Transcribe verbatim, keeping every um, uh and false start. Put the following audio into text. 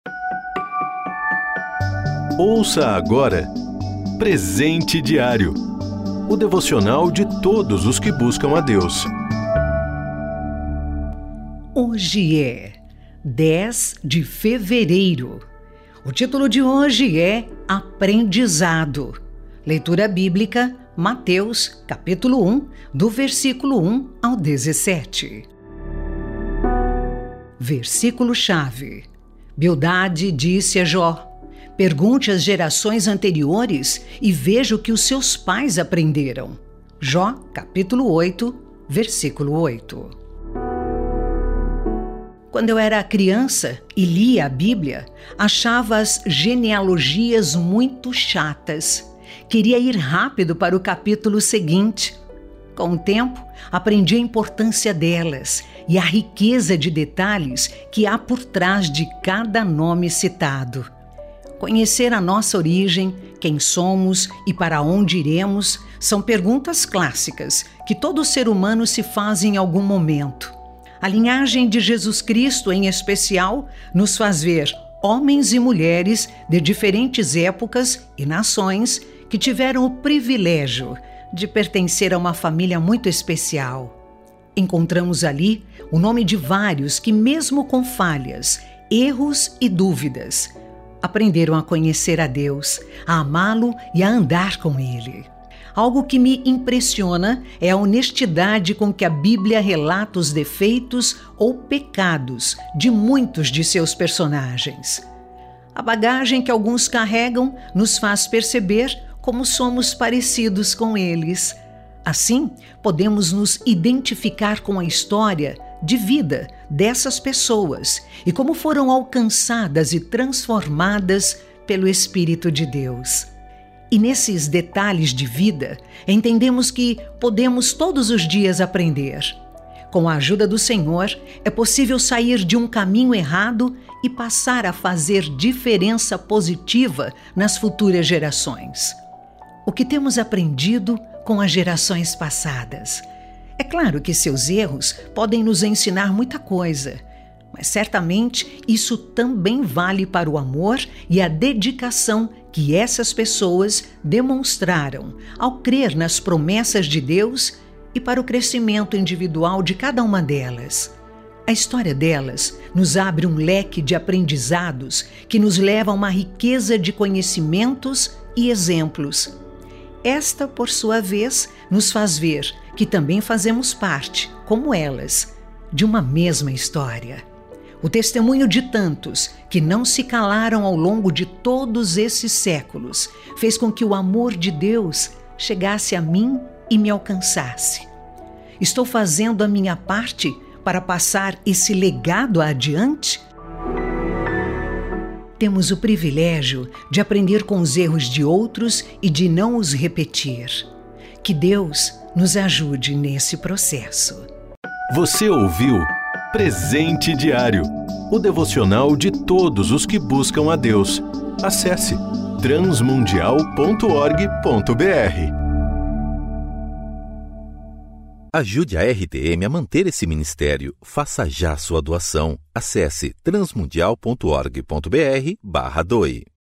Ouça agora Presente Diário, o devocional de todos os que buscam a Deus. Hoje é dez de fevereiro. O título de hoje é Aprendizado. Leitura bíblica, Mateus, capítulo um, do versículo um ao dezessete. Versículo-chave. Bildade disse a Jó: pergunte às gerações anteriores e veja o que os seus pais aprenderam. Jó, capítulo oito, versículo oito. Quando eu era criança e lia a Bíblia, achava as genealogias muito chatas. Queria ir rápido para o capítulo seguinte. Com o tempo, aprendi a importância delas e a riqueza de detalhes que há por trás de cada nome citado. Conhecer a nossa origem, quem somos e para onde iremos são perguntas clássicas que todo ser humano se faz em algum momento. A linhagem de Jesus Cristo, em especial, nos faz ver homens e mulheres de diferentes épocas e nações que tiveram o privilégio de pertencer a uma família muito especial. Encontramos ali o nome de vários que, mesmo com falhas, erros e dúvidas, aprenderam a conhecer a Deus, a amá-lo e a andar com Ele. Algo que me impressiona é a honestidade com que a Bíblia relata os defeitos ou pecados de muitos de seus personagens. A bagagem que alguns carregam nos faz perceber como somos parecidos com eles. Assim, podemos nos identificar com a história de vida dessas pessoas e como foram alcançadas e transformadas pelo Espírito de Deus. E nesses detalhes de vida, entendemos que podemos todos os dias aprender. Com a ajuda do Senhor, é possível sair de um caminho errado e passar a fazer diferença positiva nas futuras gerações. O que temos aprendido com as gerações passadas? É claro que seus erros podem nos ensinar muita coisa, mas certamente isso também vale para o amor e a dedicação que essas pessoas demonstraram ao crer nas promessas de Deus e para o crescimento individual de cada uma delas. A história delas nos abre um leque de aprendizados que nos leva a uma riqueza de conhecimentos e exemplos. Esta, por sua vez, nos faz ver que também fazemos parte, como elas, de uma mesma história. O testemunho de tantos que não se calaram ao longo de todos esses séculos fez com que o amor de Deus chegasse a mim e me alcançasse. Estou fazendo a minha parte para passar esse legado adiante? Temos o privilégio de aprender com os erros de outros e de não os repetir. Que Deus nos ajude nesse processo. Você ouviu Presente Diário, o devocional de todos os que buscam a Deus. Acesse transmundial ponto org ponto br. Ajude a R T M a manter esse ministério. Faça já sua doação. Acesse transmundial ponto org ponto br barra doe.